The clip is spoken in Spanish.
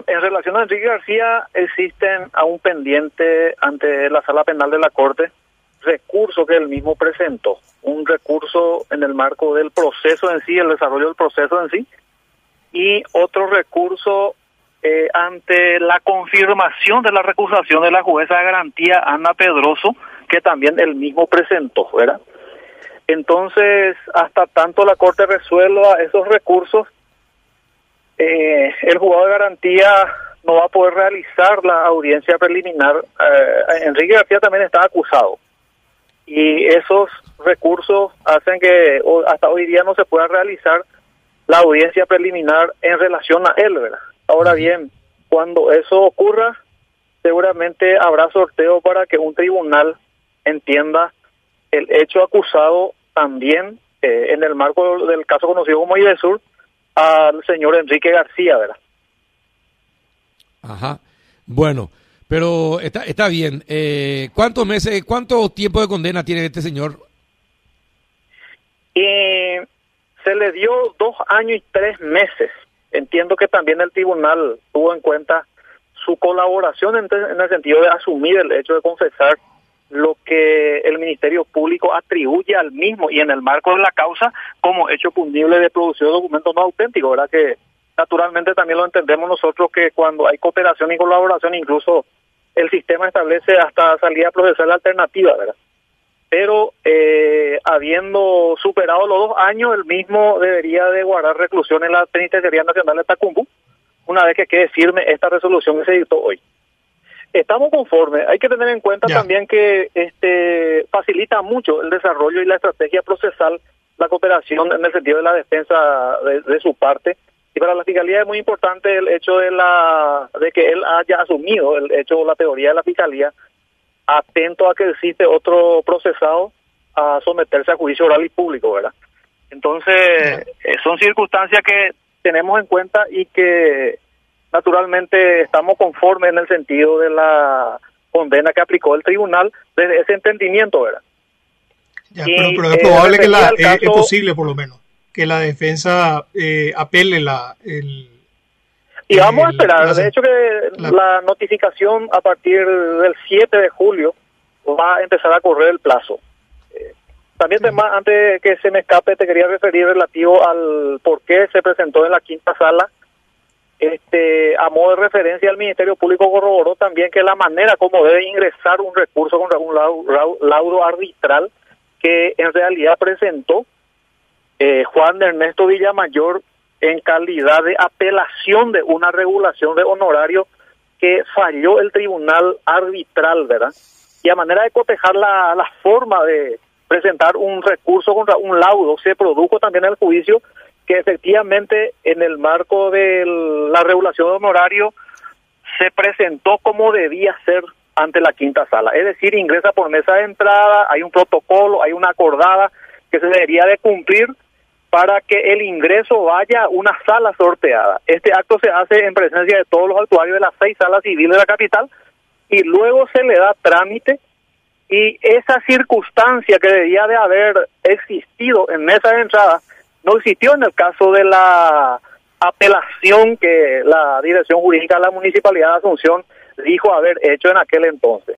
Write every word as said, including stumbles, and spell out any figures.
en relación a Enrique García, existen aún pendiente ante la Sala Penal de la Corte recurso que él mismo presentó, un recurso en el marco del proceso en sí, el desarrollo del proceso en sí, y otro recurso eh, ante la confirmación de la recusación de la jueza de garantía Ana Pedroso, que también él mismo presentó, ¿verdad? Entonces, hasta tanto la Corte resuelva esos recursos, eh, el juzgado de garantía no va a poder realizar la audiencia preliminar. Eh, Enrique García también está acusado, y esos recursos hacen que hasta hoy día no se pueda realizar la audiencia preliminar en relación a él, ¿verdad? Ahora bien, cuando eso ocurra, seguramente habrá sorteo para que un tribunal entienda el hecho acusado también eh, en el marco del caso conocido como Idesur al señor Enrique García, ¿verdad? Ajá. Bueno, pero está está bien. Eh, ¿Cuántos meses, cuánto tiempo de condena tiene este señor? Eh, se le dio dos años y tres meses. Entiendo que también el tribunal tuvo en cuenta su colaboración en, en el sentido de asumir el hecho de confesar lo que el Ministerio Público atribuye al mismo y en el marco de la causa como hecho punible de producción de documentos no auténticos, ¿verdad? Que naturalmente también lo entendemos nosotros que cuando hay cooperación y colaboración incluso el sistema establece hasta salida procesal alternativa, ¿verdad? Pero eh, habiendo superado los dos años, el mismo debería de guardar reclusión en la Penitenciaría Nacional de Tacumbu, una vez que quede firme esta resolución que se dictó hoy. Estamos conformes. Hay que tener en cuenta ya. también que este facilita mucho el desarrollo y la estrategia procesal, la cooperación en el sentido de la defensa de, de su parte. Y para la Fiscalía es muy importante el hecho de la de que él haya asumido el hecho, la teoría de la Fiscalía, atento a que existe otro procesado a someterse a juicio oral y público, ¿verdad? Entonces, eh, son circunstancias que tenemos en cuenta y que naturalmente estamos conformes en el sentido de la condena que aplicó el tribunal desde ese entendimiento, ¿verdad? Ya, pero, pero es probable eh, que la, caso, es posible por lo menos que la defensa eh, apele la el y vamos el, a esperar, la, de hecho que la, la notificación a partir del siete de julio va a empezar a correr el plazo. Eh, también uh-huh. tema, antes que se me escape te quería referir relativo al por qué se presentó en la quinta sala. Este, a modo de referencia, el Ministerio Público corroboró también que la manera como debe ingresar un recurso contra un laudo, laudo arbitral que en realidad presentó eh, Juan Ernesto Villamayor en calidad de apelación de una regulación de honorario que falló el tribunal arbitral, ¿verdad? Y a manera de cotejar la, la forma de presentar un recurso contra un laudo, se produjo también el juicio que efectivamente en el marco de la regulación de honorario se presentó como debía ser ante la quinta sala, es decir, ingresa por mesa de entrada, hay un protocolo, hay una acordada que se debería de cumplir para que el ingreso vaya a una sala sorteada. Este acto se hace en presencia de todos los actuarios de las seis salas civiles de la capital y luego se le da trámite, y esa circunstancia que debía de haber existido en mesa de entrada no existió en el caso de la apelación que la Dirección Jurídica de la Municipalidad de Asunción dijo haber hecho en aquel entonces.